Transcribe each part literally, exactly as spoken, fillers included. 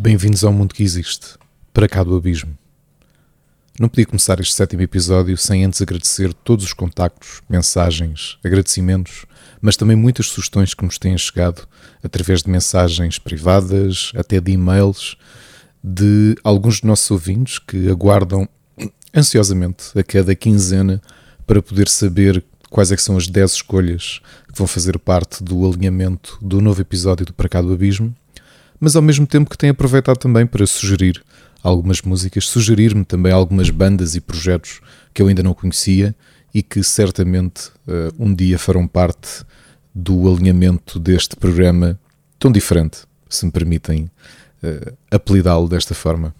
Bem-vindos ao mundo que existe, para cá do abismo. Não podia começar este sétimo episódio sem antes agradecer todos os contactos, mensagens, agradecimentos, mas também muitas sugestões que nos têm chegado através de mensagens privadas, até de e-mails, de alguns dos nossos ouvintes que aguardam ansiosamente a cada quinzena para poder saber quais é que são as dez escolhas que vão fazer parte do alinhamento do novo episódio do Para Cá do Abismo, mas ao mesmo tempo que têm aproveitado também para sugerir algumas músicas, sugerir-me também algumas bandas e projetos que eu ainda não conhecia e que certamente uh, um dia farão parte do alinhamento deste programa tão diferente, se me permitem uh, apelidá-lo desta forma.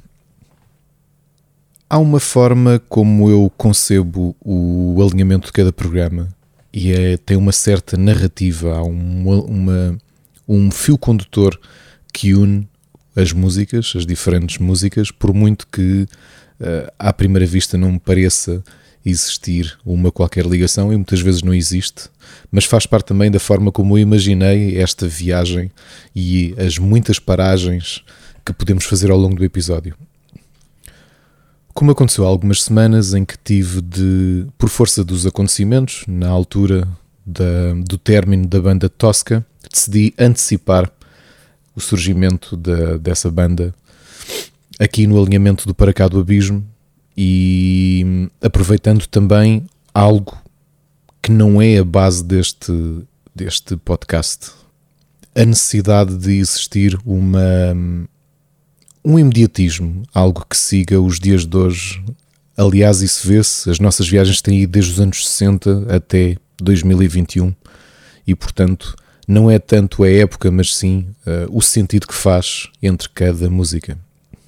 Há uma forma como eu concebo o alinhamento de cada programa e é, tem uma certa narrativa, há uma, uma, um fio condutor que une as músicas, as diferentes músicas, por muito que uh, à primeira vista não me pareça existir uma qualquer ligação, e muitas vezes não existe, mas faz parte também da forma como eu imaginei esta viagem e as muitas paragens que podemos fazer ao longo do episódio. Como aconteceu há algumas semanas em que tive de, por força dos acontecimentos, na altura da, do término da banda Tosca, decidi antecipar o surgimento da, dessa banda aqui no alinhamento do Para Cá do Abismo e aproveitando também algo que não é a base deste, deste podcast. A necessidade de existir uma, um imediatismo, algo que siga os dias de hoje. Aliás, isso vê-se, as nossas viagens têm ido desde os anos sessenta até dois mil e vinte e um e, portanto, não é tanto a época, mas sim uh, o sentido que faz entre cada música.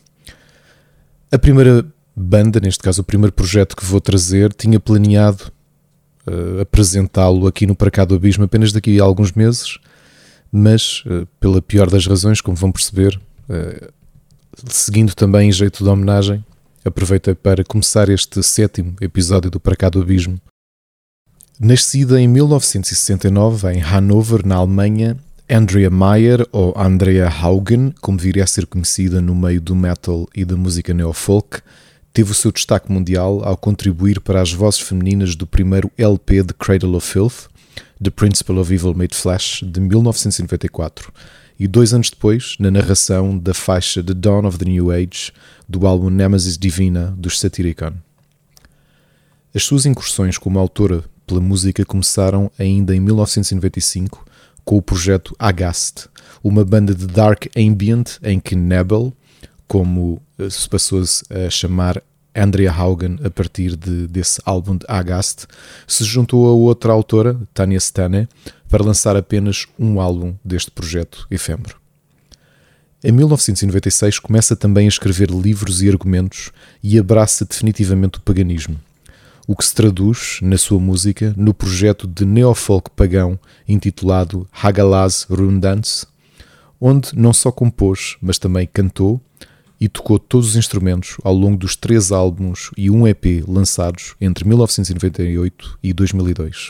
A primeira banda, neste caso o primeiro projeto que vou trazer, tinha planeado uh, apresentá-lo aqui no Para Cá do Abismo apenas daqui a alguns meses, mas uh, pela pior das razões, como vão perceber, uh, seguindo também em jeito de homenagem, aproveitei para começar este sétimo episódio do Para Cá do Abismo. Nascida em mil novecentos e sessenta e nove em Hannover, na Alemanha, Andrea Mayer, ou Andrea Haugen, como viria a ser conhecida no meio do metal e da música neofolk, teve o seu destaque mundial ao contribuir para as vozes femininas do primeiro L P de Cradle of Filth, The Principle of Evil Made Flesh, de mil novecentos e noventa e quatro, e dois anos depois, na narração da faixa The Dawn of the New Age, do álbum Nemesis Divina, dos Satyricon. As suas incursões como autora pela música começaram ainda em mil novecentos e noventa e cinco com o projeto Aghast, uma banda de dark ambient em que Nebel, como se passou a chamar Andrea Haugen a partir de, desse álbum de Aghast, se juntou a outra autora, Tanya Stane, para lançar apenas um álbum deste projeto efêmero. Em mil novecentos e noventa e seis começa também a escrever livros e argumentos e abraça definitivamente o paganismo, o que se traduz, na sua música, no projeto de neofolk pagão intitulado Hagalaz Rundance, onde não só compôs, mas também cantou e tocou todos os instrumentos ao longo dos três álbuns e um E P lançados entre mil novecentos e noventa e oito e dois mil e dois.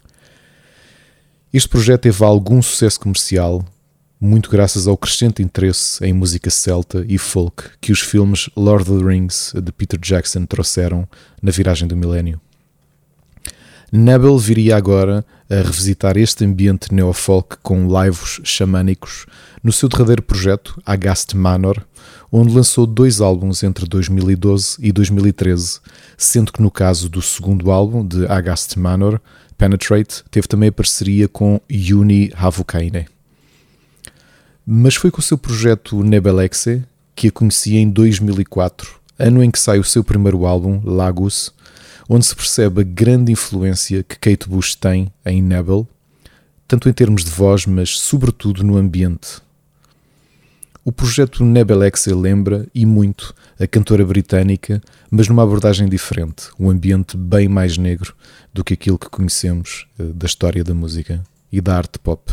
Este projeto teve algum sucesso comercial, muito graças ao crescente interesse em música celta e folk que os filmes Lord of the Rings de Peter Jackson trouxeram na viragem do milénio. Nebel viria agora a revisitar este ambiente neofolk com lives xamânicos no seu derradeiro projeto Aghast Manor, onde lançou dois álbuns entre dois mil e doze e dois mil e treze, sendo que no caso do segundo álbum de Aghast Manor, Penetrate, teve também a parceria com Juni Havukaine. Mas foi com o seu projeto Nebelexe que a conheci em dois mil e quatro, ano em que sai o seu primeiro álbum, Lagos, onde se percebe a grande influência que Kate Bush tem em Nebel, tanto em termos de voz, mas sobretudo no ambiente. O projeto Nebelexe lembra, e muito, a cantora britânica, mas numa abordagem diferente, um ambiente bem mais negro do que aquilo que conhecemos da história da música e da arte pop.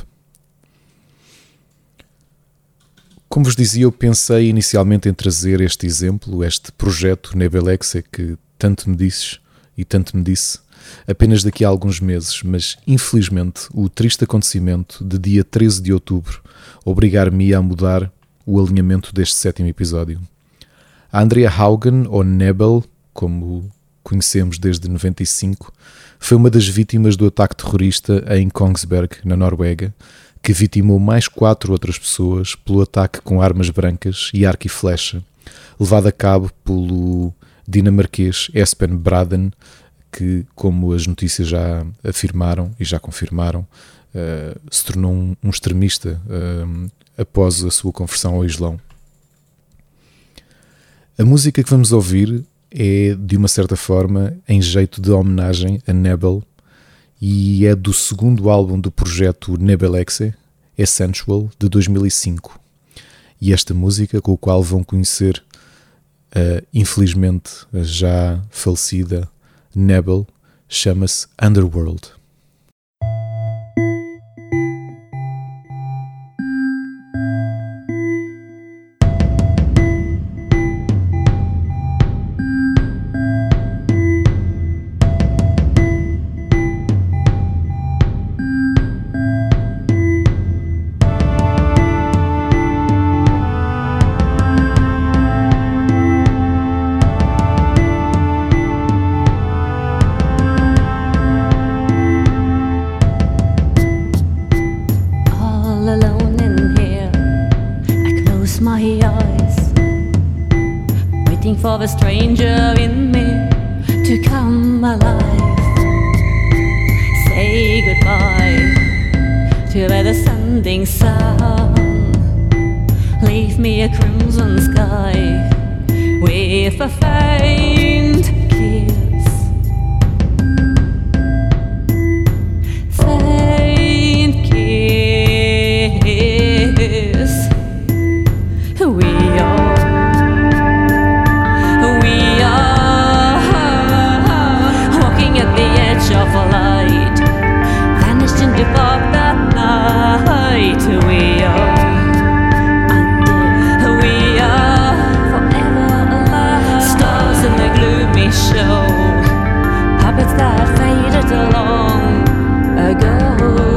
Como vos dizia, eu pensei inicialmente em trazer este exemplo, este projeto Nebelexe, que tanto me disses e tanto me disse, apenas daqui a alguns meses, mas infelizmente o triste acontecimento de dia treze de outubro obrigar-me a mudar o alinhamento deste sétimo episódio. A Andrea Haugen, ou Nebel, como conhecemos desde noventa e cinco, foi uma das vítimas do ataque terrorista em Kongsberg, na Noruega, que vitimou mais quatro outras pessoas pelo ataque com armas brancas e arco e flecha, levado a cabo pelo dinamarquês Espen Braden, que, como as notícias já afirmaram e já confirmaram, uh, se tornou um, um extremista uh, após a sua conversão ao Islão. A música que vamos ouvir é, de uma certa forma, em jeito de homenagem a Nebel, e é do segundo álbum do projeto Nebelexe, Essential, de dois mil e cinco. E esta música, com a qual vão conhecer, uh, infelizmente, a já falecida Nebel, chama-se Underworld. For the stranger in me to come alive. Say goodbye to the descending sun. Leave me a crimson sky with a faint kiss. Faint kiss. We are of a light, vanished in the fog that night. We are undid, we are forever alive. Stars in the gloomy show, puppets that faded long ago.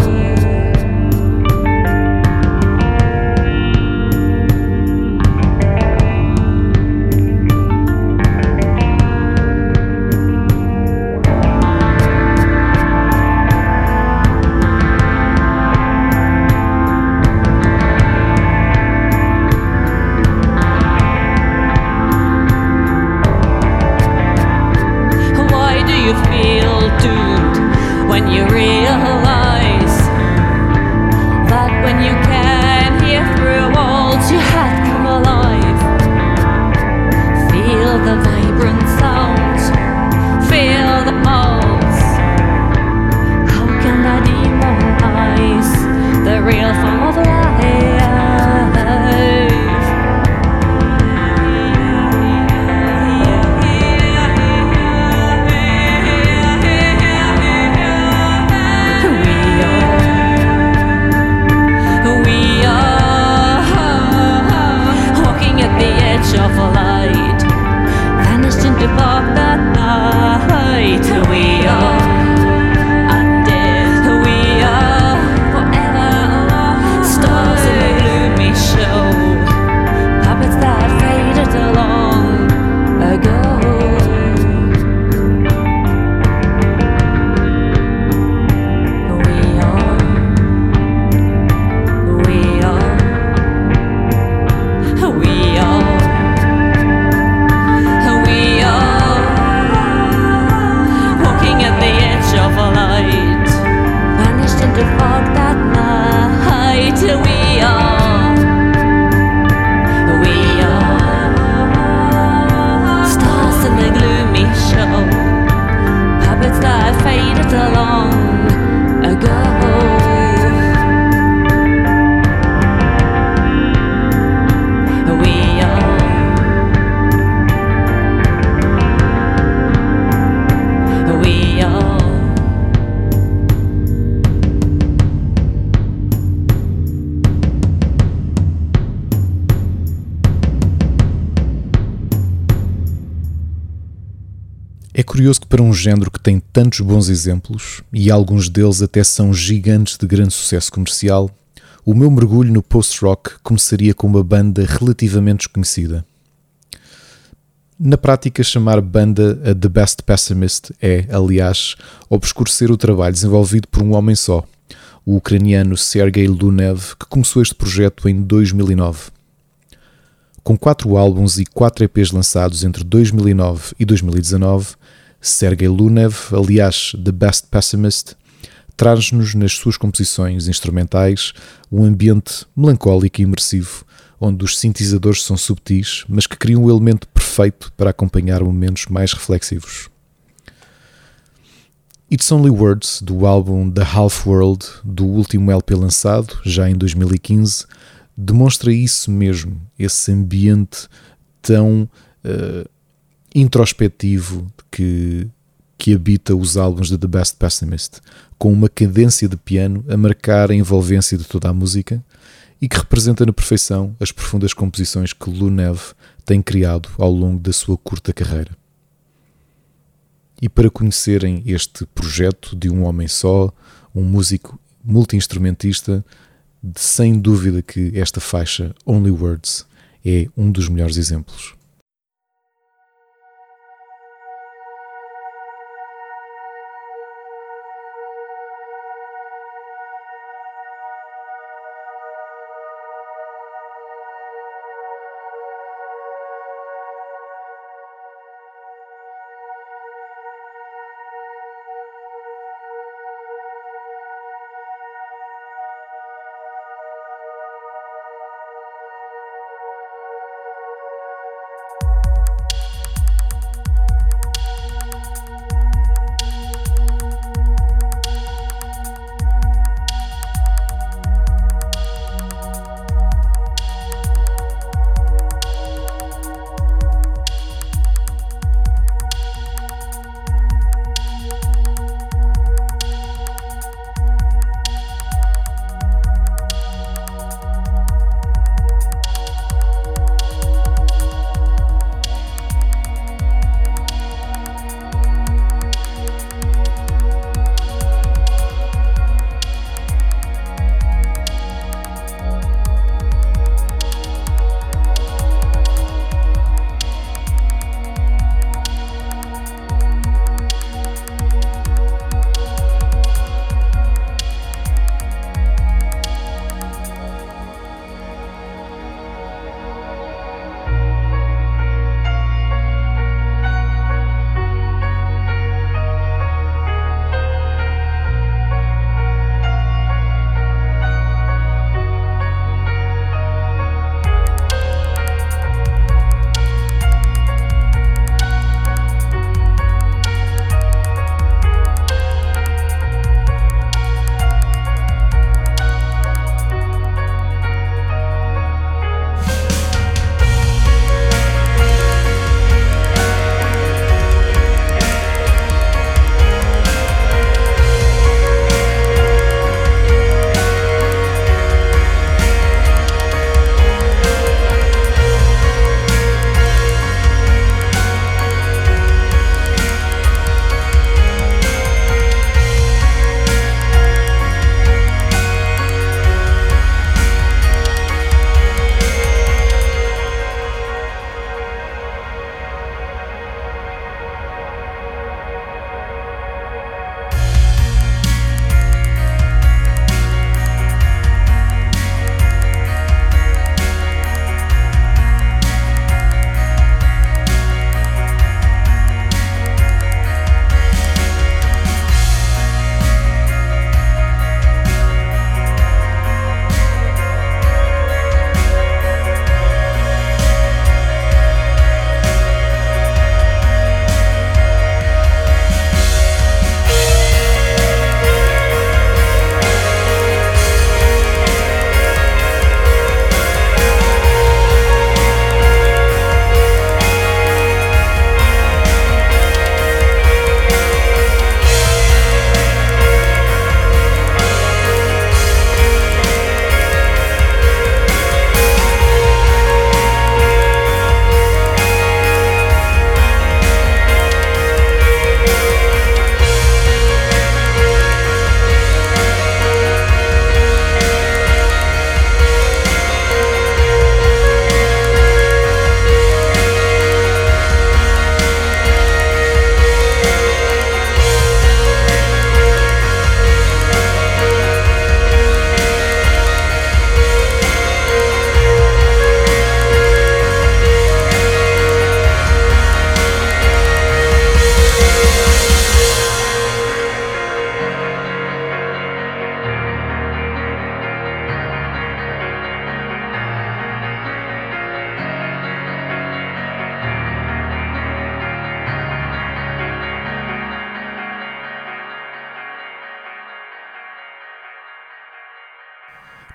É curioso que para um género que tem tantos bons exemplos, e alguns deles até são gigantes de grande sucesso comercial, o meu mergulho no post-rock começaria com uma banda relativamente desconhecida. Na prática, chamar banda a The Best Pessimist é, aliás, obscurecer o trabalho desenvolvido por um homem só, o ucraniano Sergei Lunev, que começou este projeto em dois mil e nove. Com quatro álbuns e quatro E Pês lançados entre dois mil e nove e dois mil e dezanove, Sergei Lunev, aliás The Best Pessimist, traz-nos nas suas composições instrumentais um ambiente melancólico e imersivo, onde os sintetizadores são subtis, mas que criam um elemento perfeito para acompanhar momentos mais reflexivos. It's Only Words, do álbum The Half World, do último L P lançado, já em dois mil e quinze, demonstra isso mesmo, esse ambiente tão uh, introspectivo que, que habita os álbuns de The Best Pessimist, com uma cadência de piano a marcar a envolvência de toda a música e que representa na perfeição as profundas composições que Lunev tem criado ao longo da sua curta carreira. E para conhecerem este projeto de um homem só, um músico multi-instrumentista, sem dúvida que esta faixa Only Words é um dos melhores exemplos.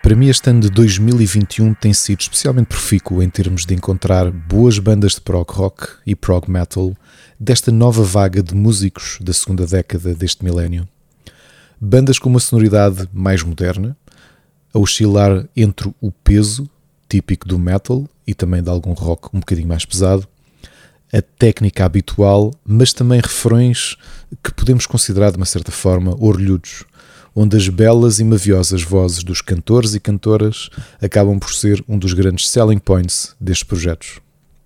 Para mim este ano de dois mil e vinte e um tem sido especialmente profícuo em termos de encontrar boas bandas de prog rock e prog metal desta nova vaga de músicos da segunda década deste milénio. Bandas com uma sonoridade mais moderna, a oscilar entre o peso, típico do metal e também de algum rock um bocadinho mais pesado, a técnica habitual, mas também refrões que podemos considerar de uma certa forma orelhudos, onde as belas e maviosas vozes dos cantores e cantoras acabam por ser um dos grandes selling points destes projetos.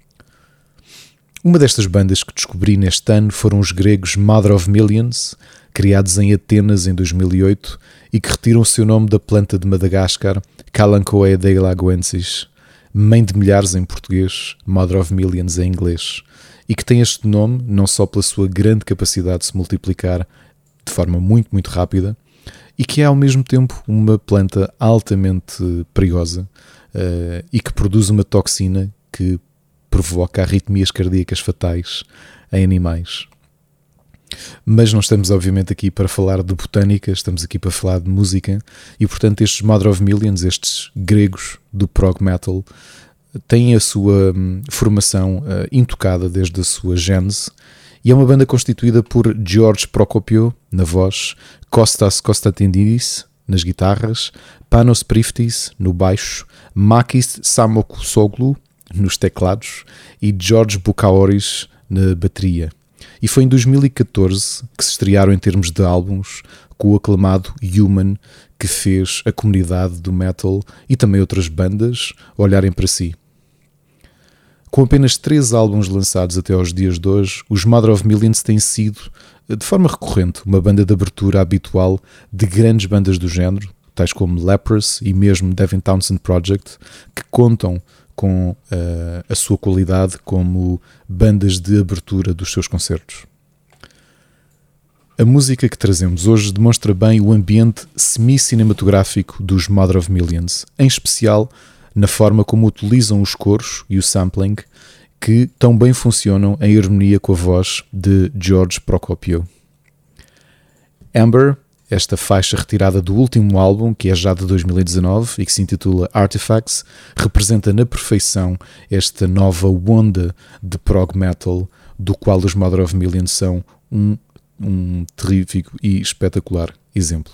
Uma destas bandas que descobri neste ano foram os gregos Mother of Millions, criados em Atenas em dois mil e oito e que retiram o seu nome da planta de Madagascar, Kalanchoe deilaguensis, mãe de milhares em português, Mother of Millions em inglês, e que tem este nome não só pela sua grande capacidade de se multiplicar de forma muito, muito rápida, e que é ao mesmo tempo uma planta altamente perigosa uh, e que produz uma toxina que provoca arritmias cardíacas fatais em animais. Mas não estamos obviamente aqui para falar de botânica, estamos aqui para falar de música e portanto estes Mother of Millions, estes gregos do prog metal, têm a sua hum, formação uh, intocada desde a sua gênese. E é uma banda constituída por George Procopio, na voz, Kostas Konstantidis, nas guitarras, Panos Priftis, no baixo, Makis Samokusoglu, nos teclados, e George Bukaoris, na bateria. E foi em dois mil e catorze que se estrearam em termos de álbuns com o aclamado Human, que fez a comunidade do metal e também outras bandas olharem para si. Com apenas três álbuns lançados até aos dias de hoje, os Mother of Millions têm sido, de forma recorrente, uma banda de abertura habitual de grandes bandas do género, tais como Leprous e mesmo Devin Townsend Project, que contam com uh, a sua qualidade como bandas de abertura dos seus concertos. A música que trazemos hoje demonstra bem o ambiente semi-cinematográfico dos Mother of Millions, em especial na forma como utilizam os coros e o sampling, que tão bem funcionam em harmonia com a voz de George Procopio. Amber, esta faixa retirada do último álbum, que é já de dois mil e dezanove e que se intitula Artifacts, representa na perfeição esta nova onda de prog metal, do qual os Mother of Millions são um, um terrífico e espetacular exemplo.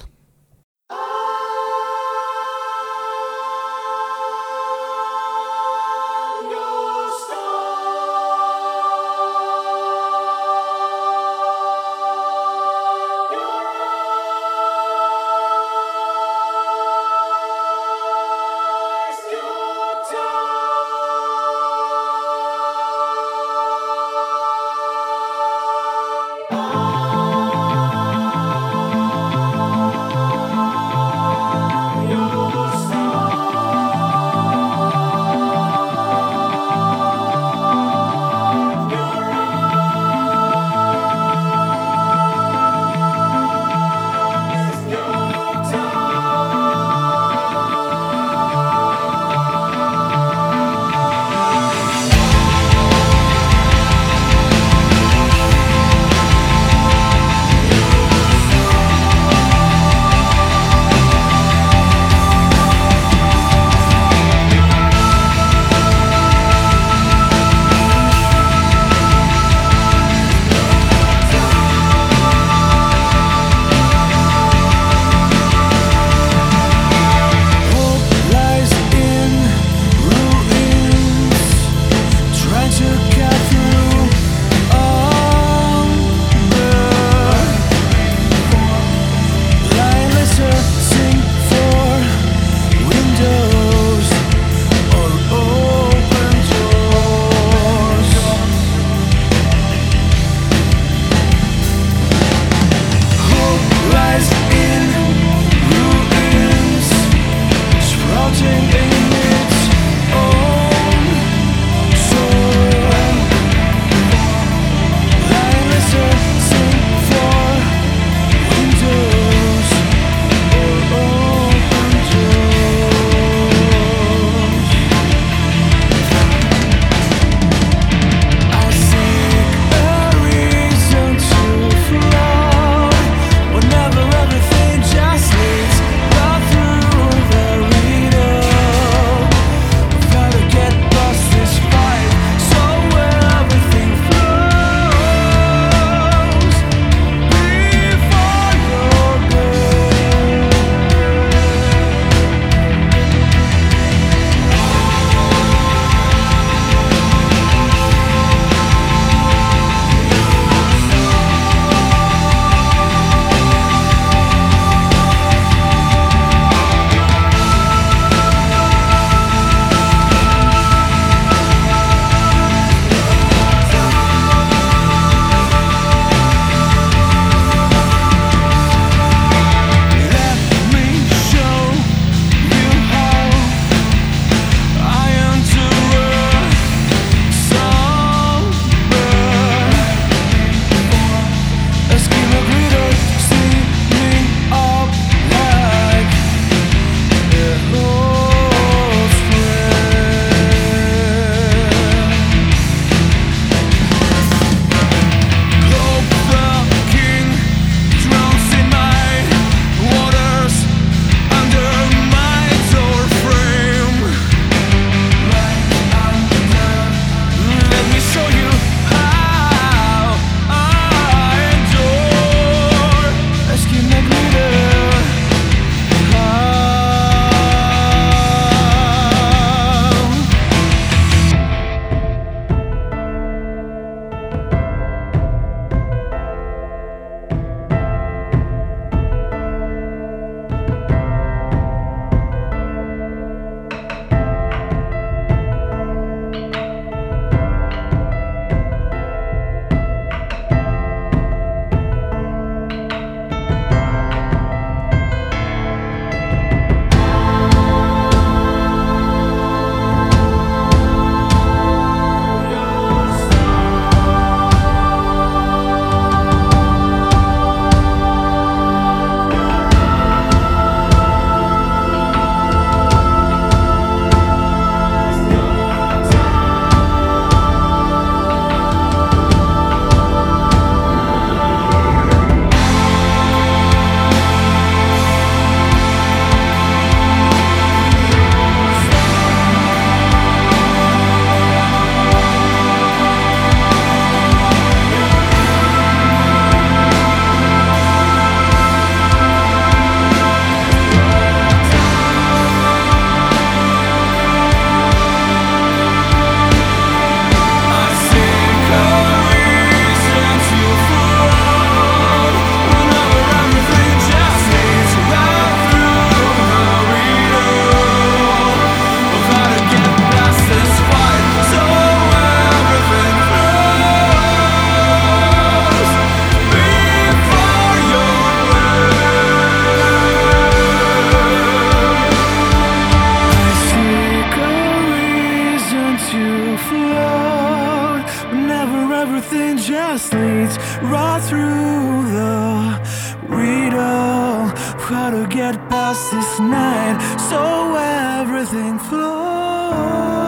get past this night, so everything flows.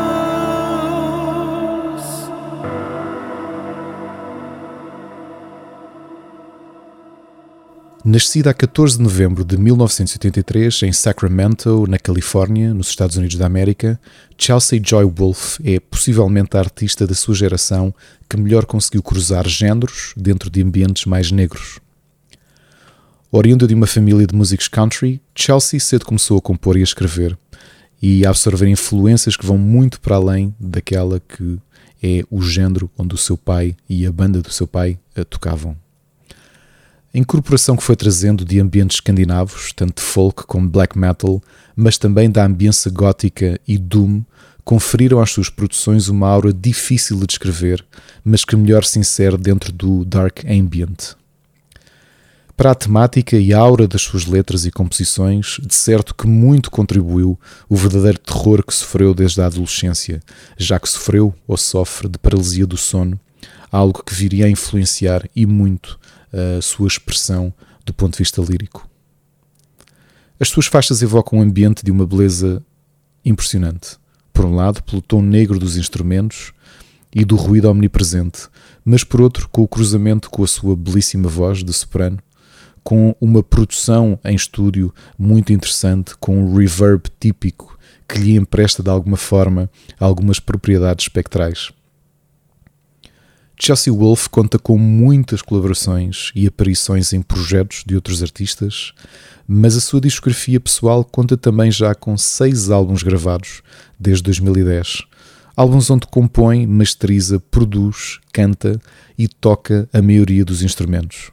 Nascida a catorze de novembro de mil novecentos e oitenta e três em Sacramento, na Califórnia, nos Estados Unidos da América, Chelsea Joy Wolfe é possivelmente a artista da sua geração que melhor conseguiu cruzar géneros dentro de ambientes mais negros. Oriunda de uma família de músicos country, Chelsea cedo começou a compor e a escrever e a absorver influências que vão muito para além daquela que é o género onde o seu pai e a banda do seu pai a tocavam. A incorporação que foi trazendo de ambientes escandinavos, tanto de folk como black metal, mas também da ambiência gótica e doom, conferiram às suas produções uma aura difícil de descrever, mas que melhor se insere dentro do dark ambient. Para a temática e a aura das suas letras e composições, de certo que muito contribuiu o verdadeiro terror que sofreu desde a adolescência, já que sofreu ou sofre de paralisia do sono, algo que viria a influenciar e muito a sua expressão do ponto de vista lírico. As suas faixas evocam um ambiente de uma beleza impressionante. Por um lado, pelo tom negro dos instrumentos e do ruído omnipresente, mas por outro, com o cruzamento com a sua belíssima voz de soprano, com uma produção em estúdio muito interessante, com um reverb típico que lhe empresta de alguma forma algumas propriedades espectrais. Chelsea Wolfe conta com muitas colaborações e aparições em projetos de outros artistas, mas a sua discografia pessoal conta também já com seis álbuns gravados desde dois mil e dez. Álbuns onde compõe, masteriza, produz, canta e toca a maioria dos instrumentos.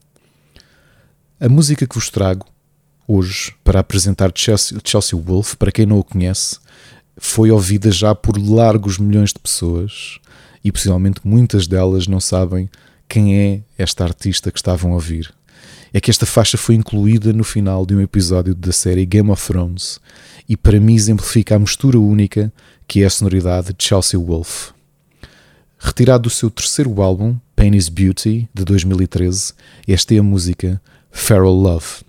A música que vos trago hoje para apresentar Chelsea, Chelsea Wolfe, para quem não o conhece, foi ouvida já por largos milhões de pessoas e possivelmente muitas delas não sabem quem é esta artista que estavam a ouvir. É que esta faixa foi incluída no final de um episódio da série Game of Thrones e para mim exemplifica a mistura única que é a sonoridade de Chelsea Wolfe. Retirado do seu terceiro álbum, Pain is Beauty, de dois mil e treze, esta é a música Feral Love.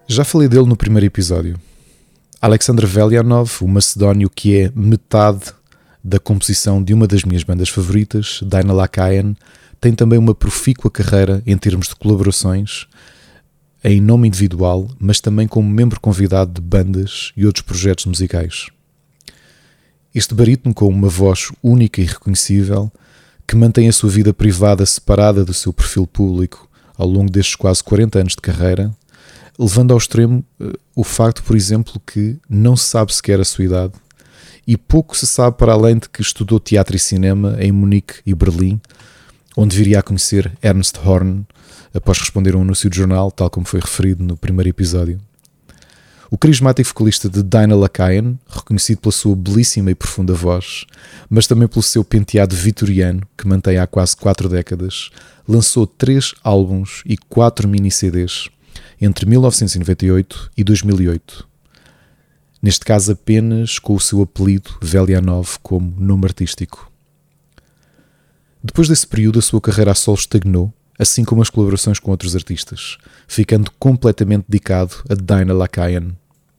Já falei dele no primeiro episódio. Alexander Velianov, o macedónio que é metade da composição de uma das minhas bandas favoritas, Dina Lakayan, tem também uma profícua carreira em termos de colaborações, em nome individual, mas também como membro convidado de bandas e outros projetos musicais. Este barítono com uma voz única e reconhecível, que mantém a sua vida privada separada do seu perfil público ao longo destes quase quarenta anos de carreira, levando ao extremo uh, o facto, por exemplo, que não se sabe sequer a sua idade e pouco se sabe para além de que estudou teatro e cinema em Munique e Berlim, onde viria a conhecer Ernst Horn após responder a um anúncio de jornal, tal como foi referido no primeiro episódio. O carismático vocalista de Dina Lakayan, reconhecido pela sua belíssima e profunda voz, mas também pelo seu penteado vitoriano, que mantém há quase quatro décadas, lançou três álbuns e quatro mini-C Ds entre mil novecentos e noventa e oito e dois mil e oito. Neste caso apenas com o seu apelido Velianov como nome artístico. Depois desse período a sua carreira a solo estagnou, assim como as colaborações com outros artistas, ficando completamente dedicado a Dina Lakayan.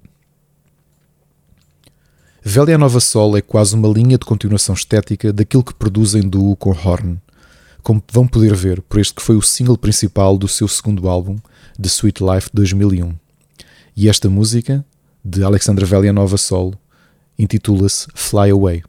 Velianov a solo é quase uma linha de continuação estética daquilo que produzem duo com Horn, como vão poder ver por este que foi o single principal do seu segundo álbum, The Sweet Life de dois mil e um. E esta música, de Alexander Velianov a solo, intitula-se Fly Away.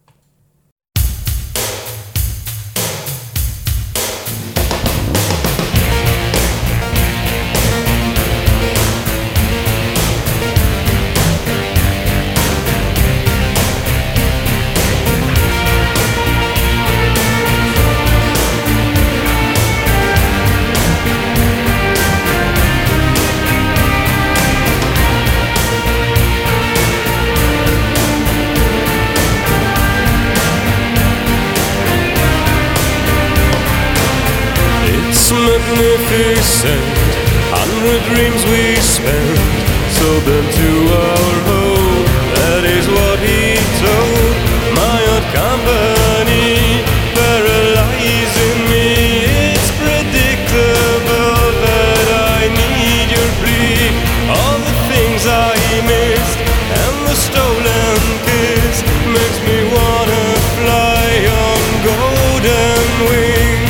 Magnificent, hundred dreams we spent, so bent to our home. That is what he told my old company, paralyzing me. It's predictable that I need your plea. All the things I missed and the stolen kiss makes me wanna fly on golden wings.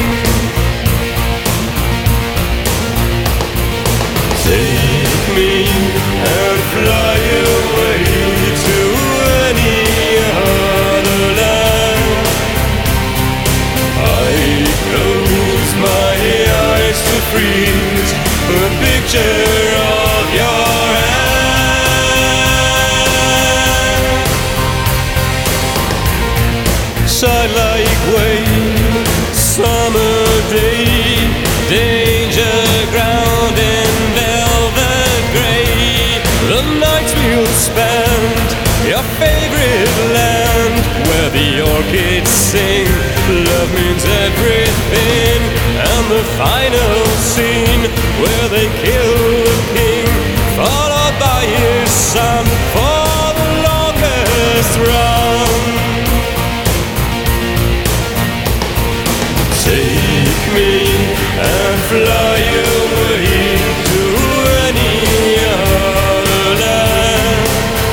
Take me and fly away to any other land. I close my eyes to freeze a picture of your hand. Side-like wave, summer day, danger ground in velvet grey. The nights we'll spend, your favorite land, where the orchids sing, love means everything. And the final scene, where they kill the king, followed by his son, for the longest run. Take me and fly away to any other land.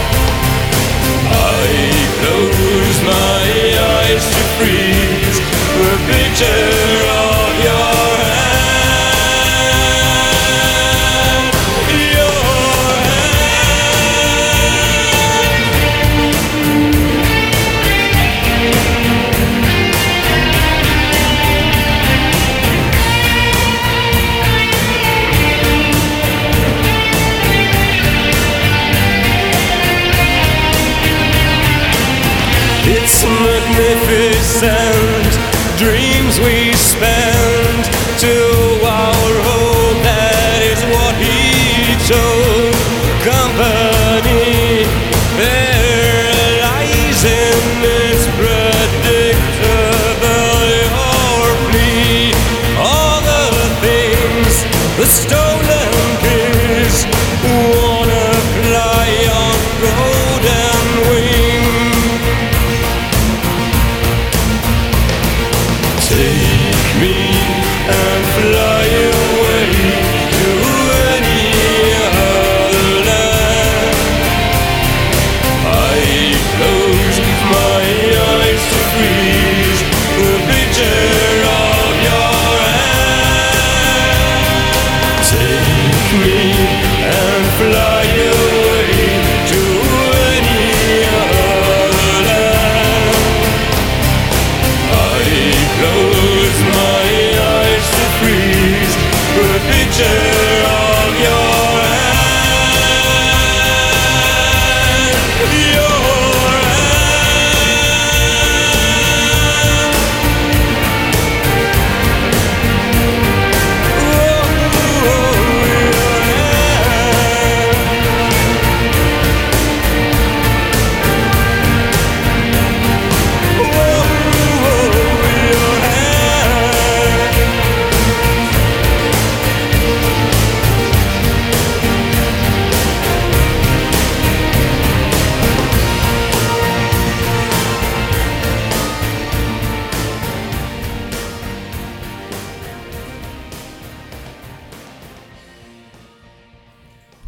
I close my eyes to freeze the picture of your hand. Your It's magnificent, dreams we spend to our home, that is what he told company. Paralyzing is predictable, your plea. All the things, the stolen kiss, wanna fly on golden wings. Take me and fly away to any other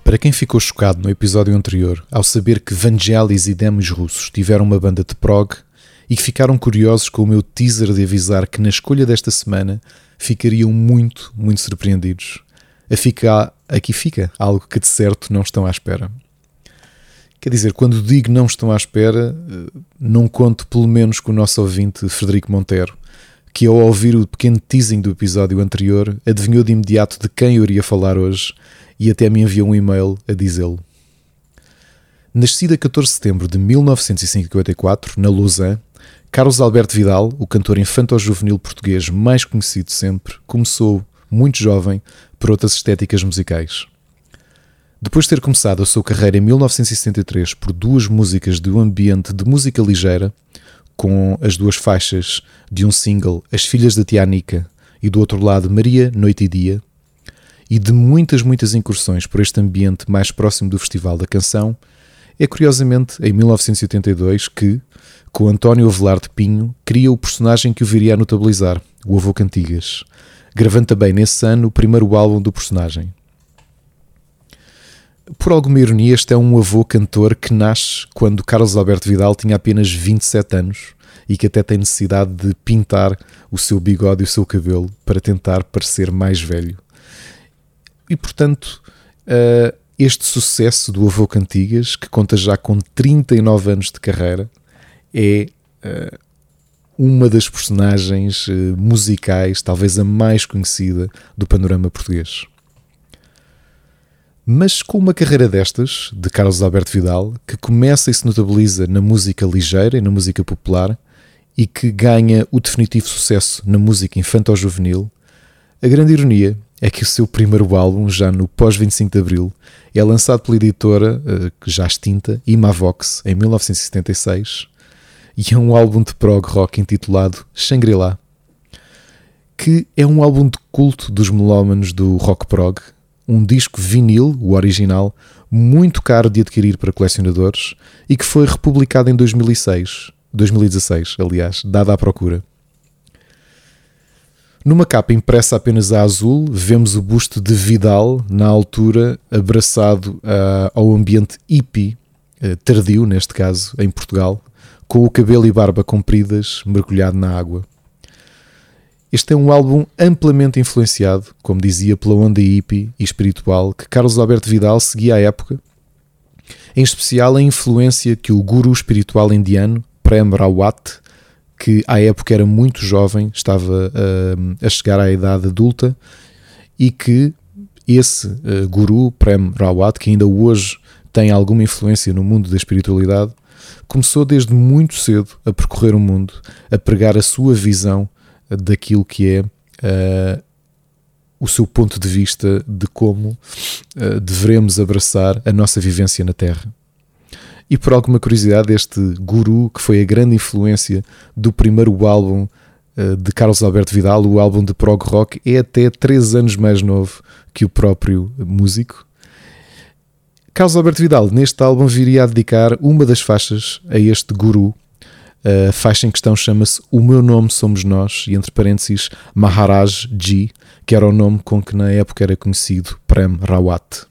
Para quem ficou chocado no episódio anterior ao saber que Vangelis e Demos Russos tiveram uma banda de prog e que ficaram curiosos com o meu teaser de avisar que na escolha desta semana ficariam muito, muito surpreendidos, fica, aqui fica algo que de certo não estão à espera. Quer dizer, quando digo não estão à espera, não conto pelo menos com o nosso ouvinte Frederico Monteiro, que ao ouvir o pequeno teasing do episódio anterior adivinhou de imediato de quem eu iria falar hoje e até me enviou um e-mail a dizê-lo. Nascido a catorze de setembro de mil novecentos e cinquenta e quatro, na Lausanne, Carlos Alberto Vidal, o cantor infanto-juvenil português mais conhecido sempre, começou, muito jovem, por outras estéticas musicais. Depois de ter começado a sua carreira em mil novecentos e setenta e três por duas músicas de um ambiente de música ligeira, com as duas faixas de um single As Filhas da Tia Anica e do outro lado Maria, Noite e Dia, e de muitas, muitas incursões por este ambiente mais próximo do Festival da Canção, é curiosamente em mil novecentos e oitenta e dois que, com António Avelar de Pinho, cria o personagem que o viria a notabilizar, o Avô Cantigas, gravando também nesse ano o primeiro álbum do personagem. Por alguma ironia, este é um avô cantor que nasce quando Carlos Alberto Vidal tinha apenas vinte e sete anos e que até tem necessidade de pintar o seu bigode e o seu cabelo para tentar parecer mais velho. E, portanto, este sucesso do Avô Cantigas, que conta já com trinta e nove anos de carreira, é uma das personagens musicais, talvez a mais conhecida do panorama português. Mas com uma carreira destas, de Carlos Alberto Vidal, que começa e se notabiliza na música ligeira e na música popular e que ganha o definitivo sucesso na música infanto-juvenil, a grande ironia é que o seu primeiro álbum, já no pós-vinte e cinco de Abril, é lançado pela editora, que já extinta, Imavox, em mil novecentos e setenta e seis, e é um álbum de prog rock intitulado Shangri-La, que é um álbum de culto dos melómanos do rock prog, um disco vinil, o original, muito caro de adquirir para colecionadores e que foi republicado em dois mil e seis, dois mil e dezasseis, aliás, dada à procura. Numa capa impressa apenas a azul, vemos o busto de Vidal, na altura, abraçado uh, ao ambiente hippie, uh, tardio neste caso, em Portugal, com o cabelo e barba compridas, mergulhado na água. Este é um álbum amplamente influenciado, como dizia, pela onda hippie e espiritual que Carlos Alberto Vidal seguia à época, em especial a influência que o guru espiritual indiano, Prem Rawat, que à época era muito jovem, estava uh, a chegar à idade adulta, e que esse uh, guru, Prem Rawat, que ainda hoje tem alguma influência no mundo da espiritualidade, começou desde muito cedo a percorrer o mundo, a pregar a sua visão daquilo que é uh, o seu ponto de vista de como uh, devemos abraçar a nossa vivência na Terra. E por alguma curiosidade, este guru, que foi a grande influência do primeiro álbum uh, de Carlos Alberto Vidal, o álbum de prog rock, é até três anos mais novo que o próprio músico. Carlos Alberto Vidal, neste álbum, viria a dedicar uma das faixas a este guru. A faixa em questão chama-se O Meu Nome Somos Nós, e entre parênteses Maharaj Ji, que era o nome com que na época era conhecido Prem Rawat.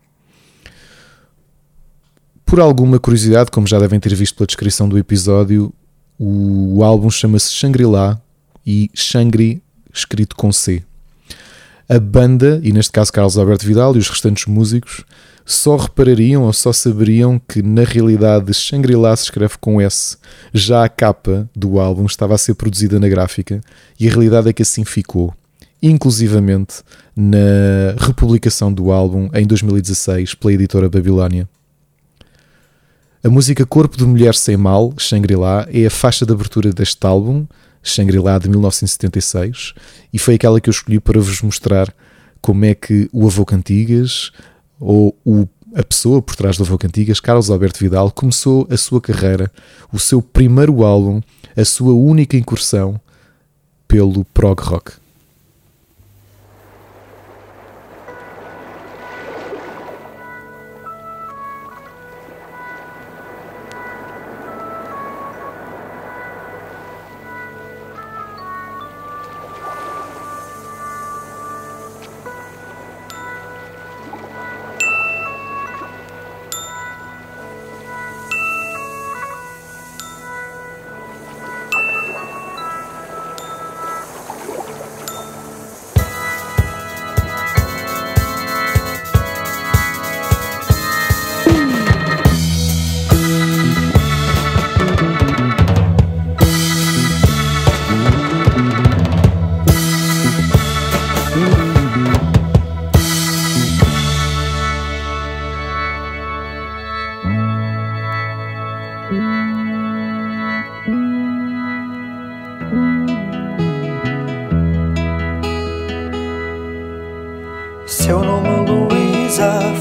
Por alguma curiosidade, como já devem ter visto pela descrição do episódio, o álbum chama-se Shangri-La e Shangri escrito com C. A banda, e neste caso Carlos Alberto Vidal e os restantes músicos, só reparariam ou só saberiam que na realidade Shangri-La se escreve com S. Já a capa do álbum estava a ser produzida na gráfica e a realidade é que assim ficou, inclusivamente na republicação do álbum em dois mil e dezasseis pela editora Babilónia. A música Corpo de Mulher Sem Mal, Shangri-La, é a faixa de abertura deste álbum, Shangri-La de mil novecentos e setenta e seis, e foi aquela que eu escolhi para vos mostrar como é que o Avô Cantigas, ou o, a pessoa por trás do Avô Cantigas, Carlos Alberto Vidal, começou a sua carreira, o seu primeiro álbum, a sua única incursão pelo prog rock.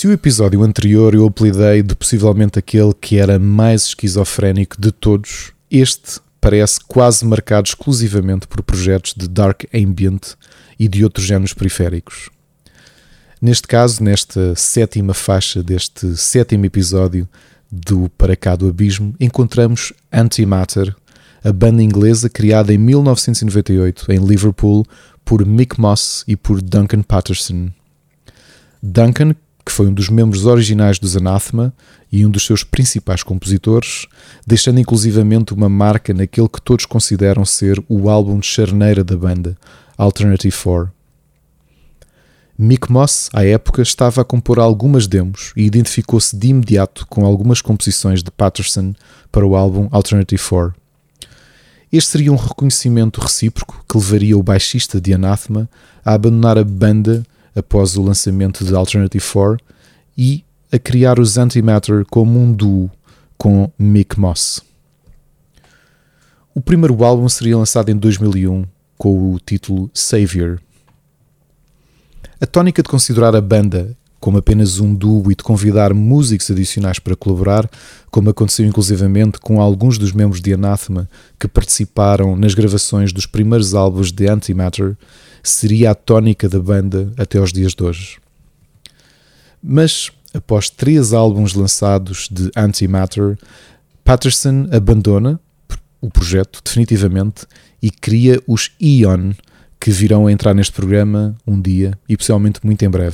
Se o episódio anterior eu apelidei de possivelmente aquele que era mais esquizofrénico de todos, este parece quase marcado exclusivamente por projetos de dark ambient e de outros géneros periféricos. Neste caso, nesta sétima faixa deste sétimo episódio do Para Cá do Abismo, encontramos Antimatter, a banda inglesa criada em mil novecentos e noventa e oito em Liverpool por Mick Moss e por Duncan Patterson. Duncan, que foi um dos membros originais dos Anathema e um dos seus principais compositores, deixando inclusivamente uma marca naquele que todos consideram ser o álbum de charneira da banda, Alternative four. Mick Moss, à época, estava a compor algumas demos e identificou-se de imediato com algumas composições de Patterson para o álbum Alternative four. Este seria um reconhecimento recíproco que levaria o baixista de Anathema a abandonar a banda após o lançamento de Alternative four e a criar os Antimatter como um duo com Mick Moss. O primeiro álbum seria lançado em dois mil e um com o título Savior. A tónica de considerar a banda como apenas um duo e de convidar músicos adicionais para colaborar, como aconteceu inclusivamente com alguns dos membros de Anathema que participaram nas gravações dos primeiros álbuns de Antimatter, seria a tónica da banda até aos dias de hoje. Mas, após três álbuns lançados de Antimatter, Patterson abandona o projeto definitivamente e cria os Eon, que virão a entrar neste programa um dia e possivelmente muito em breve.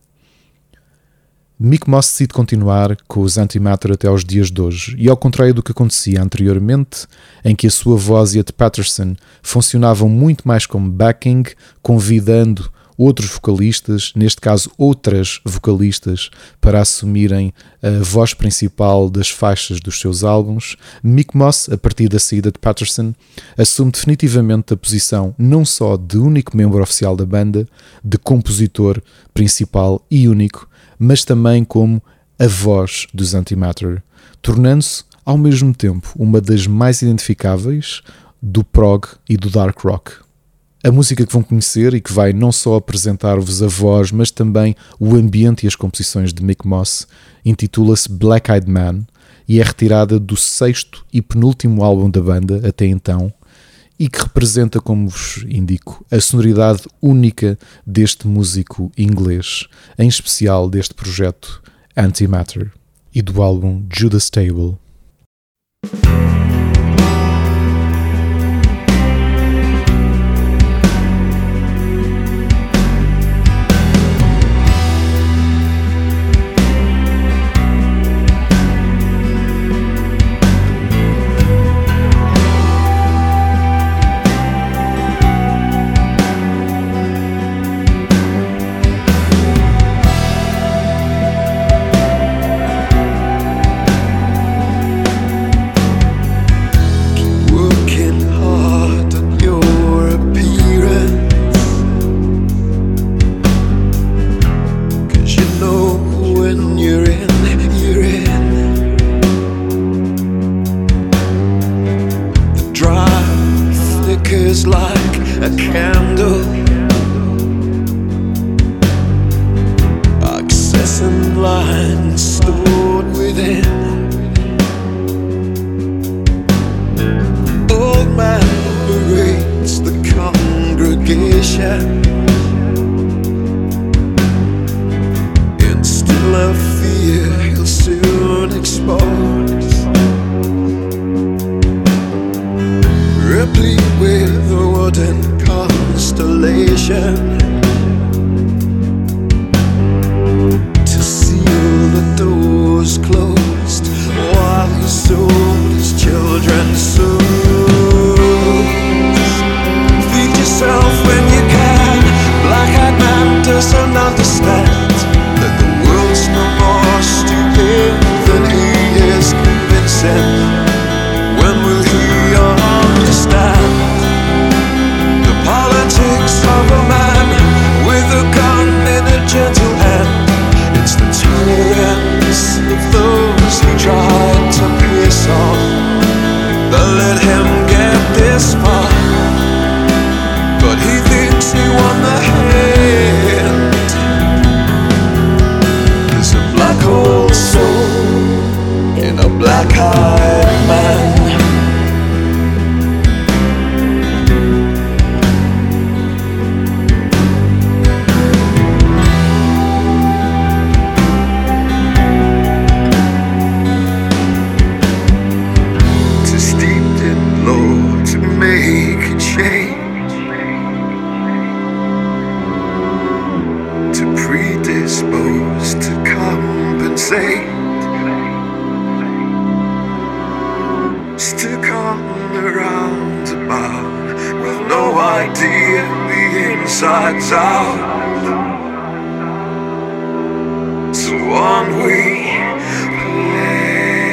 Mick Moss decide continuar com os Antimatter até aos dias de hoje, e ao contrário do que acontecia anteriormente, em que a sua voz e a de Patterson funcionavam muito mais como backing, convidando outros vocalistas, neste caso outras vocalistas, para assumirem a voz principal das faixas dos seus álbuns, Mick Moss, a partir da saída de Patterson, assume definitivamente a posição não só de único membro oficial da banda, de compositor principal e único, mas também como a voz dos Antimatter, tornando-se ao mesmo tempo uma das mais identificáveis do prog e do dark rock. A música que vão conhecer e que vai não só apresentar-vos a voz, mas também o ambiente e as composições de Mick Moss, intitula-se Black Eyed Man e é retirada do sexto e penúltimo álbum da banda até então, e que representa, como vos indico, a sonoridade única deste músico inglês, em especial deste projeto Antimatter e do álbum Judas Table. Of a man saint, stuck on the roundabout with no idea the inside's out. So on we play.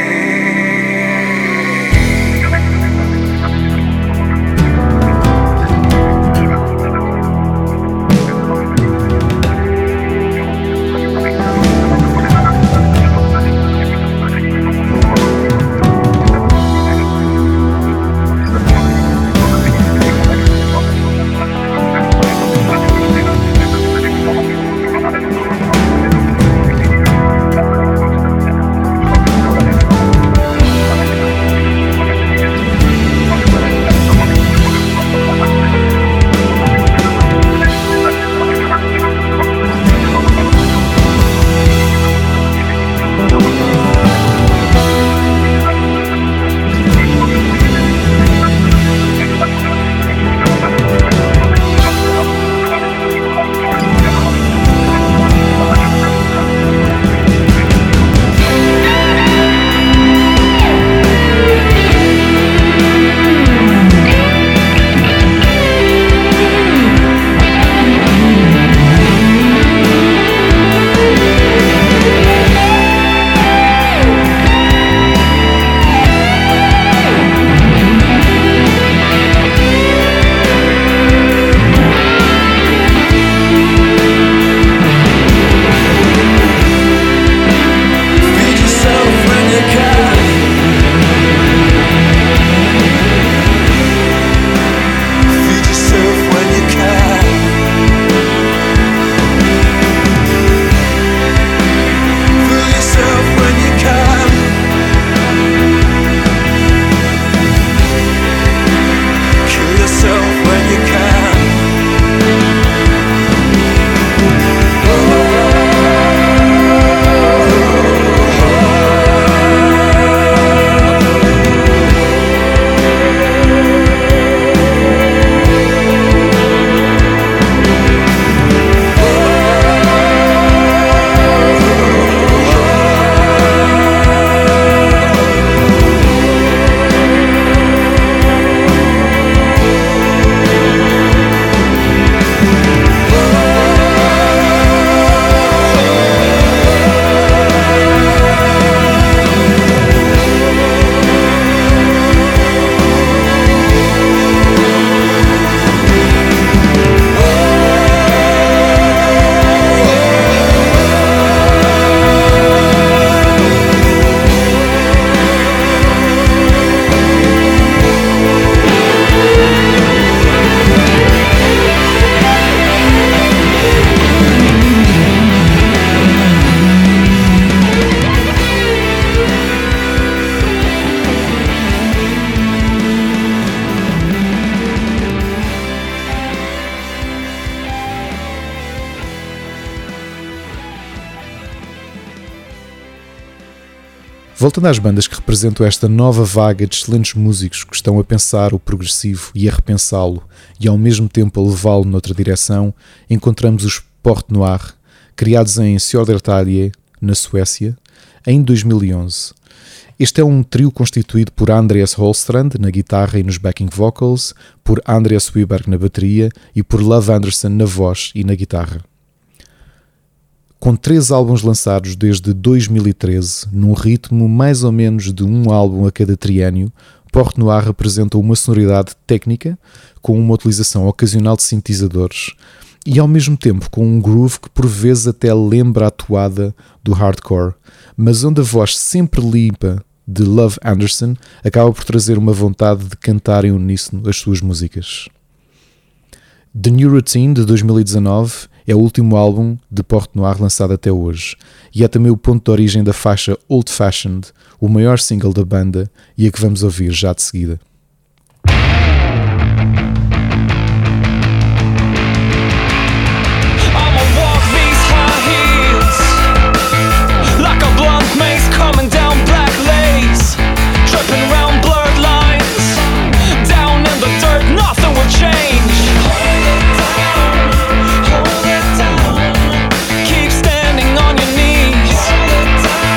Voltando às bandas que representam esta nova vaga de excelentes músicos que estão a pensar o progressivo e a repensá-lo e ao mesmo tempo a levá-lo noutra direção, encontramos os Porte Noir, criados em Södertälje, na Suécia, em dois mil e onze. Este é um trio constituído por Andreas Holstrand na guitarra e nos backing vocals, por Andreas Wiberg na bateria e por Love Anderson na voz e na guitarra. Com três álbuns lançados desde dois mil e treze, num ritmo mais ou menos de um álbum a cada triênio, Porte Noir apresenta uma sonoridade técnica, com uma utilização ocasional de sintetizadores, e ao mesmo tempo com um groove que por vezes até lembra a toada do hardcore, mas onde a voz sempre limpa de Love Anderson acaba por trazer uma vontade de cantar em uníssono as suas músicas. The New Routine, de dois mil e dezanove, é o último álbum de Porte Noir lançado até hoje, e é também o ponto de origem da faixa Old Fashioned, o maior single da banda e a que vamos ouvir já de seguida. Hold it down, keep standing on your knees. Hold it down.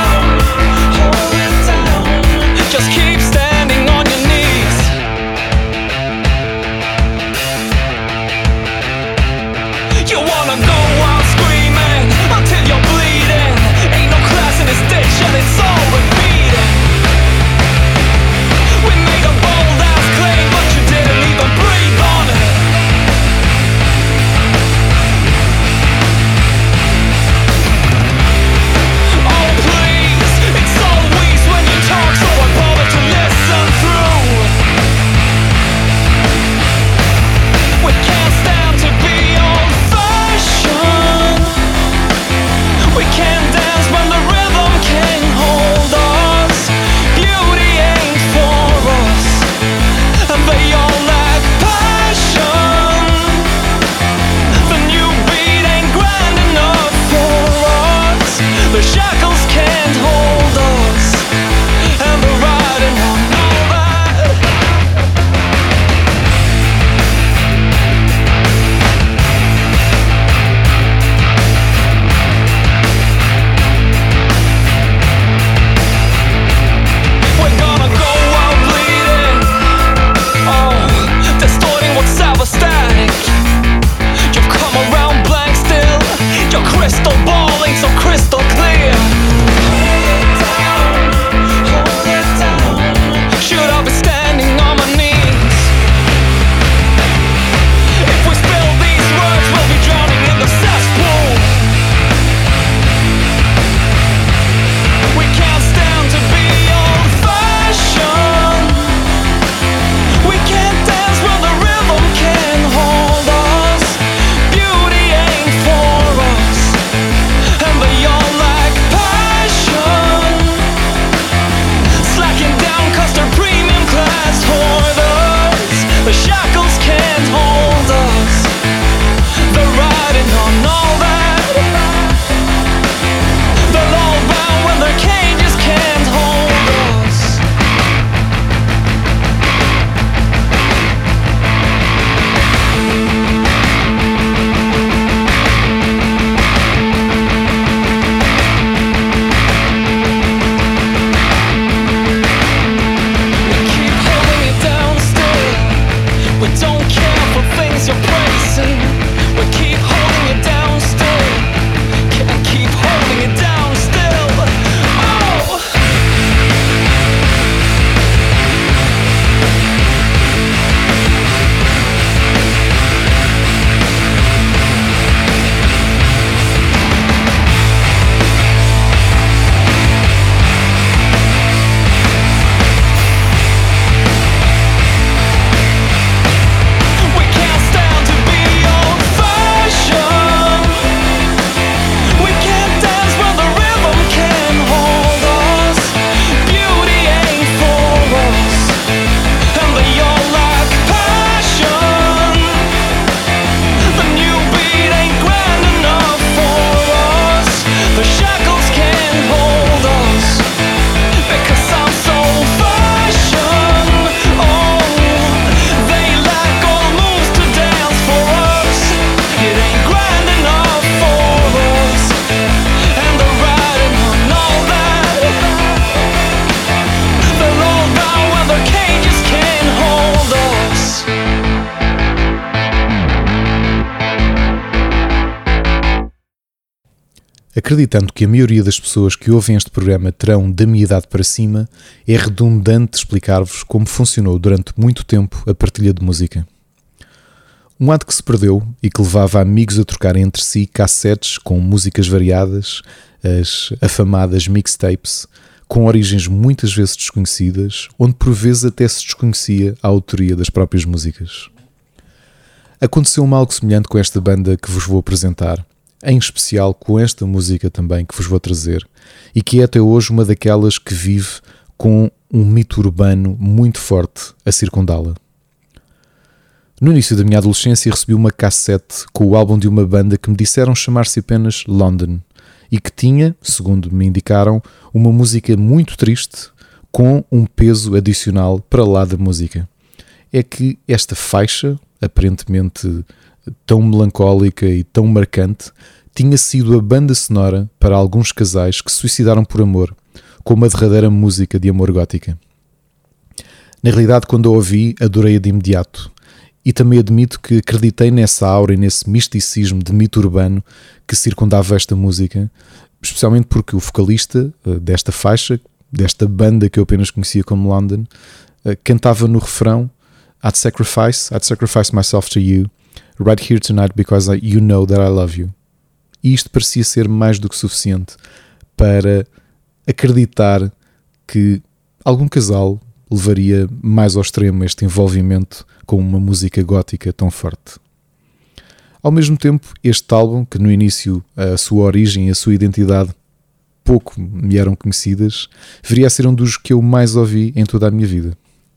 acreditando que a maioria das pessoas que ouvem este programa terão da minha idade para cima, é redundante explicar-vos como funcionou durante muito tempo a partilha de música. Um ato que se perdeu e que levava amigos a trocarem entre si cassetes com músicas variadas, as afamadas mixtapes, com origens muitas vezes desconhecidas, onde por vezes até se desconhecia a autoria das próprias músicas. Aconteceu-me algo semelhante com esta banda que vos vou apresentar, em especial com esta música também que vos vou trazer, e que é até hoje uma daquelas que vive com um mito urbano muito forte a circundá-la. No início da minha adolescência recebi uma cassete com o álbum de uma banda que me disseram chamar-se apenas London e que tinha, segundo me indicaram, uma música muito triste com um peso adicional para lá da música. É que esta faixa, aparentemente tão melancólica e tão marcante, tinha sido a banda sonora para alguns casais que se suicidaram por amor, com uma derradeira música de amor gótica. Na realidade, quando a ouvi, adorei-a de imediato. E também admito que acreditei nessa aura e nesse misticismo de mito urbano que circundava esta música, especialmente porque o vocalista desta faixa, desta banda que eu apenas conhecia como London, cantava no refrão I'd sacrifice, I'd sacrifice myself to you, right here tonight because I, you know that I love you. E isto parecia ser mais do que suficiente para acreditar que algum casal levaria mais ao extremo este envolvimento com uma música gótica tão forte. Ao mesmo tempo, este álbum, que no início a sua origem e a sua identidade pouco me eram conhecidas, viria a ser um dos que eu mais ouvi em toda a minha vida.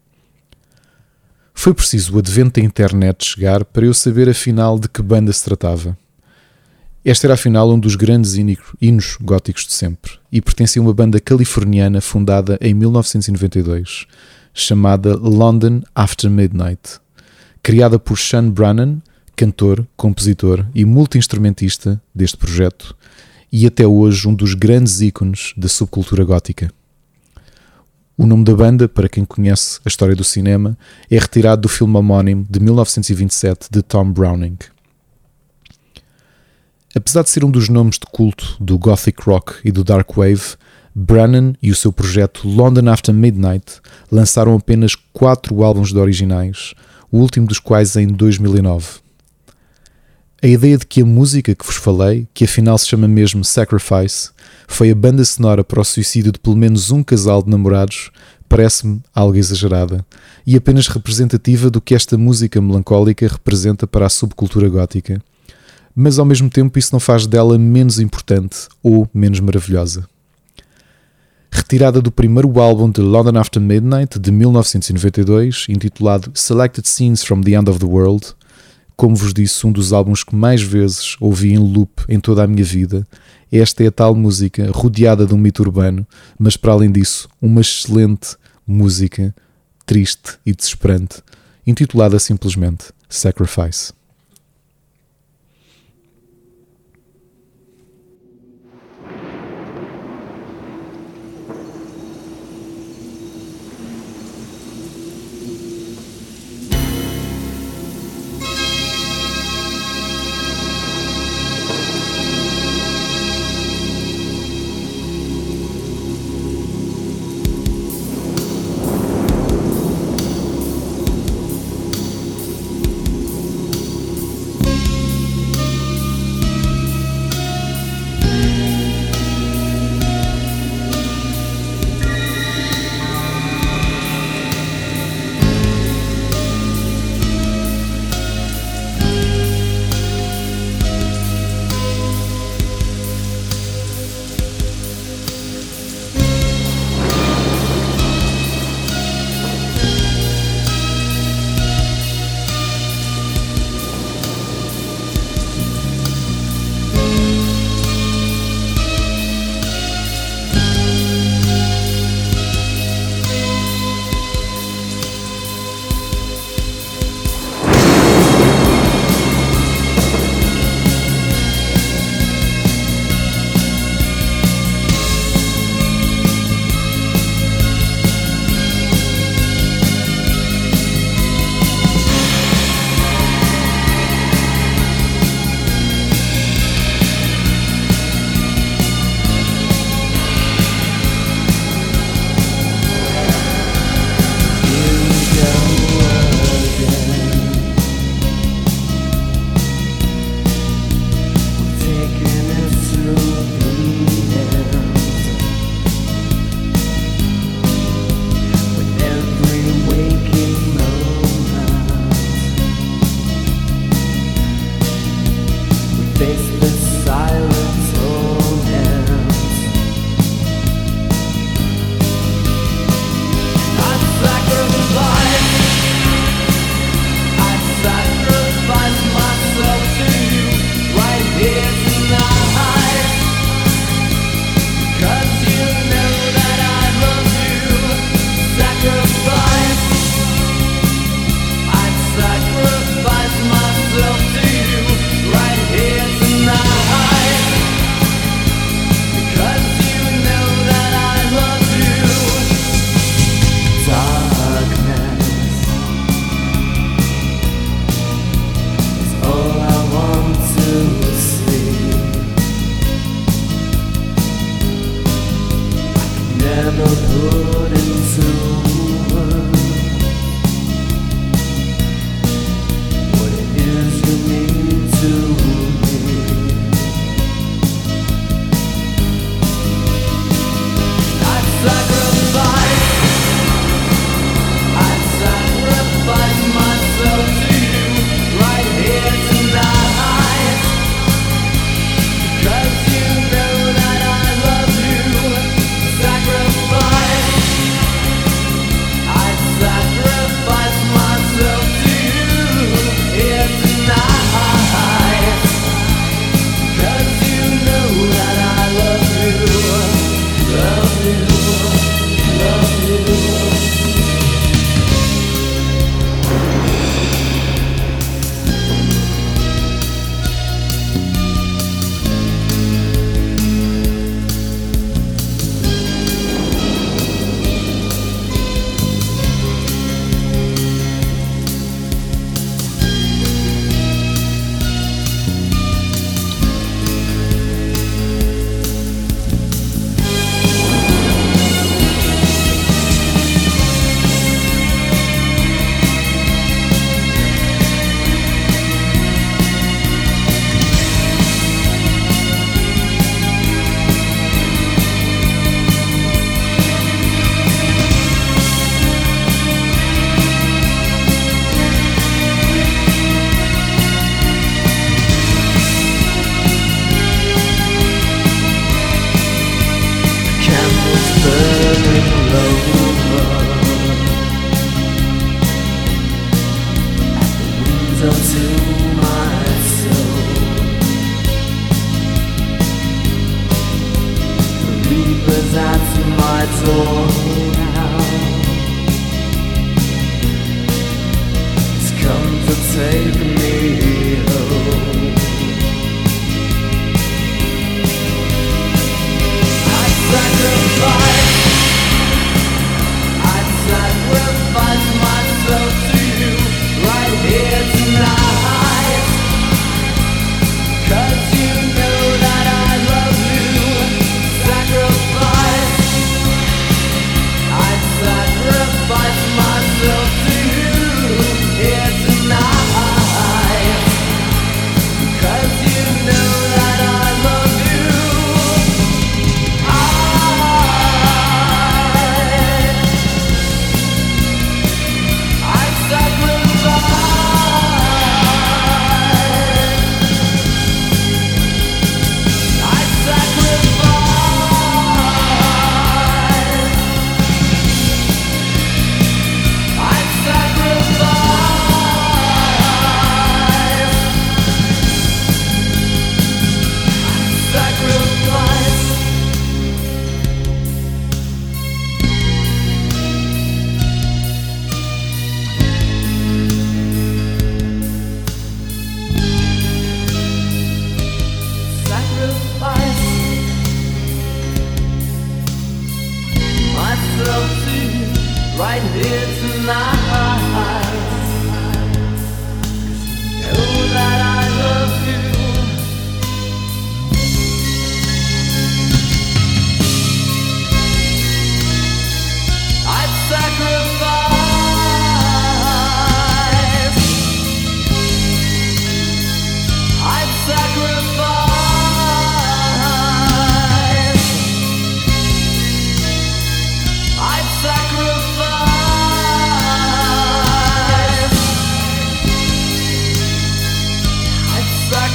Foi preciso o advento da internet chegar para eu saber afinal de que banda se tratava. Este era afinal um dos grandes hinos góticos de sempre e pertencia a uma banda californiana fundada em mil novecentos e noventa e dois, chamada London After Midnight, criada por Sean Brannan, cantor, compositor e multi-instrumentista deste projeto e até hoje um dos grandes ícones da subcultura gótica. O nome da banda, para quem conhece a história do cinema, é retirado do filme homónimo de mil novecentos e vinte e sete de Tom Browning. Apesar de ser um dos nomes de culto do Gothic Rock e do Dark Wave, Brannan e o seu projeto London After Midnight lançaram apenas quatro álbuns de originais, o último dos quais em dois mil e nove. A ideia de que a música que vos falei, que afinal se chama mesmo Sacrifice, foi a banda sonora para o suicídio de pelo menos um casal de namorados, parece-me algo exagerada e apenas representativa do que esta música melancólica representa para a subcultura gótica. Mas ao mesmo tempo isso não faz dela menos importante ou menos maravilhosa. Retirada do primeiro álbum de London After Midnight de mil novecentos e noventa e dois, intitulado Selected Scenes from the End of the World, como vos disse, um dos álbuns que mais vezes ouvi em loop em toda a minha vida, esta é a tal música rodeada de um mito urbano, mas para além disso, uma excelente música triste e desesperante, intitulada simplesmente Sacrifice.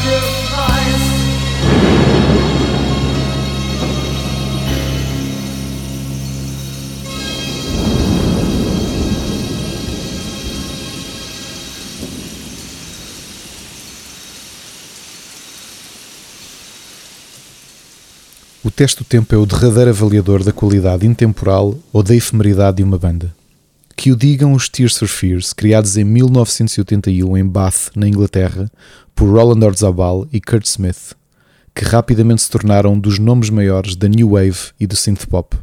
sacrifice. O teste do tempo é o derradeiro avaliador da qualidade intemporal ou da efemeridade de uma banda. Que o digam os Tears for Fears, criados em mil novecentos e oitenta e um em Bath, na Inglaterra, por Roland Orzabal e Kurt Smith, que rapidamente se tornaram um dos nomes maiores da New Wave e do Synth Pop.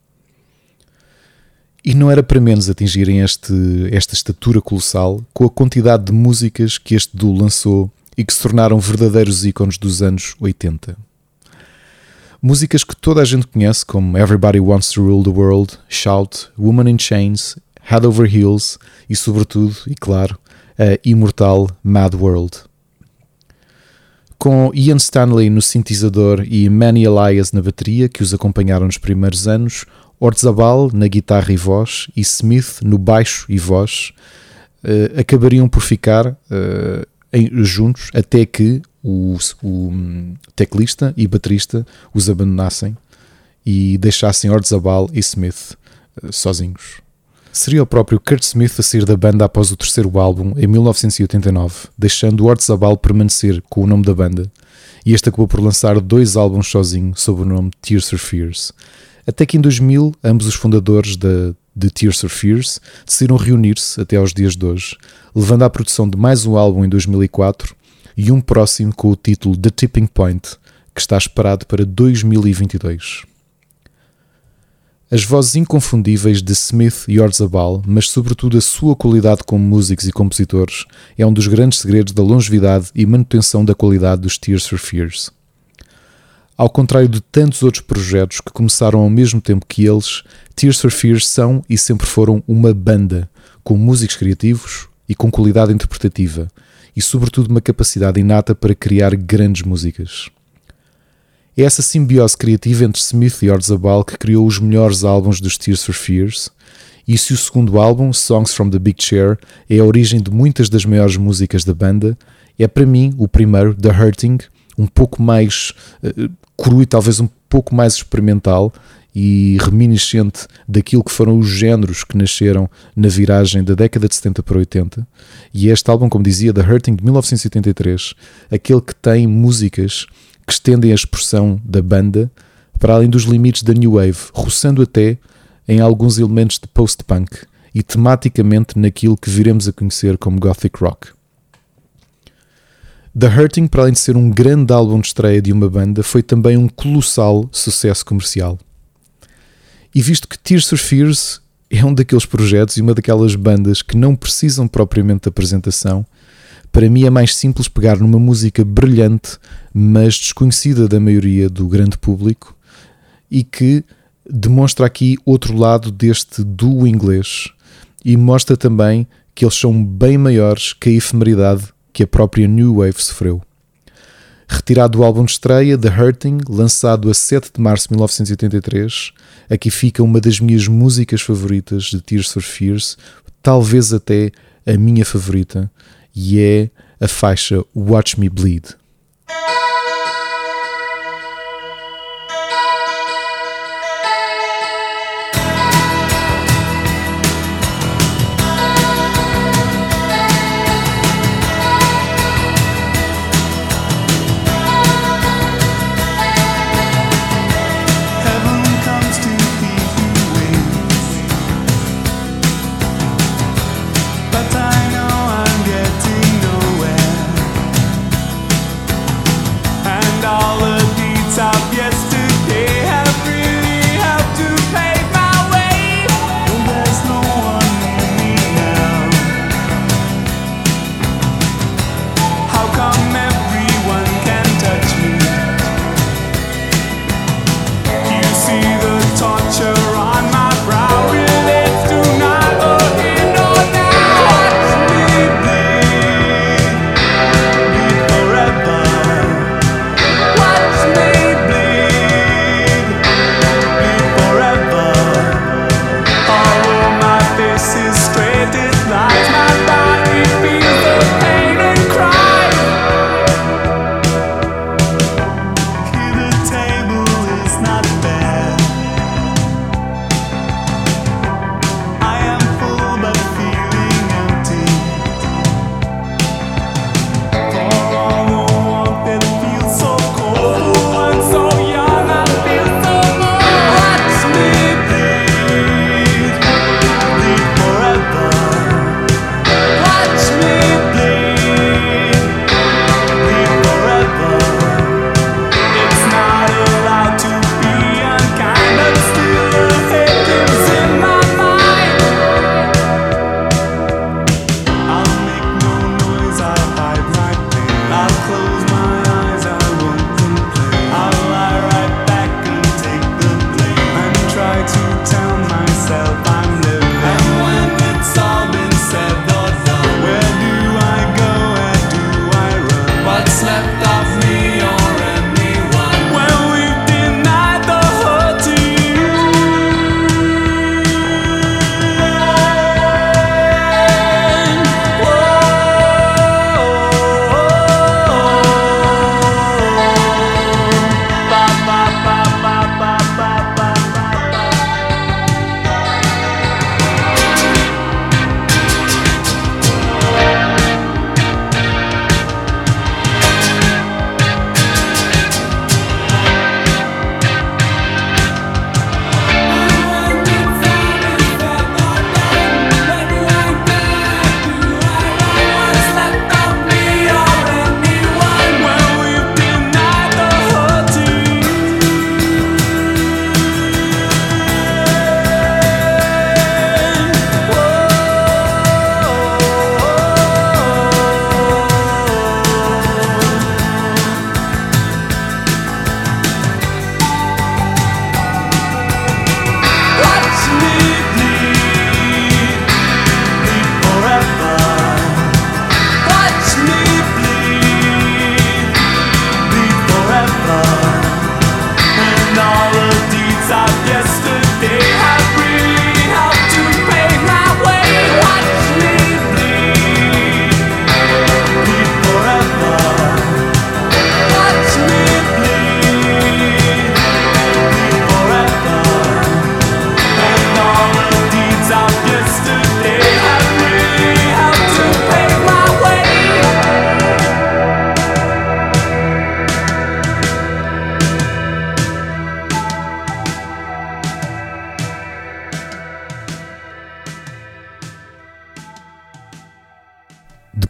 E não era para menos atingirem este, esta estatura colossal com a quantidade de músicas que este duo lançou e que se tornaram verdadeiros ícones dos anos oitenta. Músicas que toda a gente conhece, como Everybody Wants to Rule the World, Shout, Woman in Chains, Head Over Heels e, sobretudo, e claro, a imortal Mad World. Com Ian Stanley no sintetizador e Manny Elias na bateria, que os acompanharam nos primeiros anos, Orzabal na guitarra e voz e Smith no baixo e voz, uh, acabariam por ficar uh, em, juntos até que o, o teclista e baterista os abandonassem e deixassem Orzabal e Smith uh, sozinhos. Seria o próprio Kurt Smith a sair da banda após o terceiro álbum, em mil novecentos e oitenta e nove, deixando Orzabal permanecer com o nome da banda, e este acabou por lançar dois álbuns sozinho sob o nome Tears for Fears. Até que em dois mil, ambos os fundadores de, de Tears for Fears decidiram reunir-se até aos dias de hoje, levando à produção de mais um álbum em dois mil e quatro e um próximo com o título The Tipping Point, que está esperado para dois mil e vinte e dois. As vozes inconfundíveis de Smith e Orzabal, mas sobretudo a sua qualidade como músicos e compositores, é um dos grandes segredos da longevidade e manutenção da qualidade dos Tears for Fears. Ao contrário de tantos outros projetos que começaram ao mesmo tempo que eles, Tears for Fears são e sempre foram uma banda, com músicos criativos e com qualidade interpretativa, e sobretudo uma capacidade inata para criar grandes músicas. É essa simbiose criativa entre Smith e Orzabal que criou os melhores álbuns dos Tears for Fears, e se o segundo álbum, Songs from the Big Chair, é a origem de muitas das maiores músicas da banda, é para mim o primeiro, The Hurting, um pouco mais uh, cru e talvez um pouco mais experimental e reminiscente daquilo que foram os géneros que nasceram na viragem da década de setenta para oitenta, e este álbum, como dizia, The Hurting, de mil novecentos e oitenta e três, aquele que tem músicas que estendem a expressão da banda para além dos limites da New Wave, roçando até em alguns elementos de post-punk e tematicamente naquilo que viremos a conhecer como Gothic Rock. The Hurting, para além de ser um grande álbum de estreia de uma banda, foi também um colossal sucesso comercial. E visto que Tears for Fears é um daqueles projetos e uma daquelas bandas que não precisam propriamente de apresentação, para mim é mais simples pegar numa música brilhante, mas desconhecida da maioria do grande público, e que demonstra aqui outro lado deste duo inglês e mostra também que eles são bem maiores que a efemeridade que a própria New Wave sofreu. Retirado do álbum de estreia, The Hurting, lançado a sete de março de mil novecentos e oitenta e três, aqui fica uma das minhas músicas favoritas de Tears for Fears, talvez até a minha favorita, e é a faixa Watch Me Bleed. But I know I'm getting nowhere.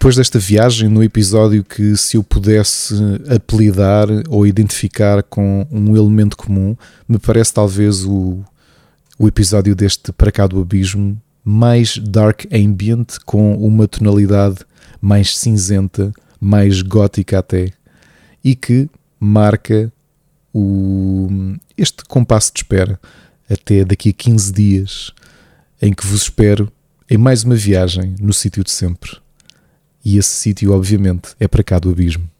depois desta viagem, no episódio que, se eu pudesse apelidar ou identificar com um elemento comum, me parece talvez o, o episódio deste Para Cá do Abismo mais dark ambient, com uma tonalidade mais cinzenta, mais gótica até, e que marca o, este compasso de espera até daqui a quinze dias, em que vos espero em mais uma viagem no sítio de sempre. E esse sítio, obviamente, é Para Cá do Abismo.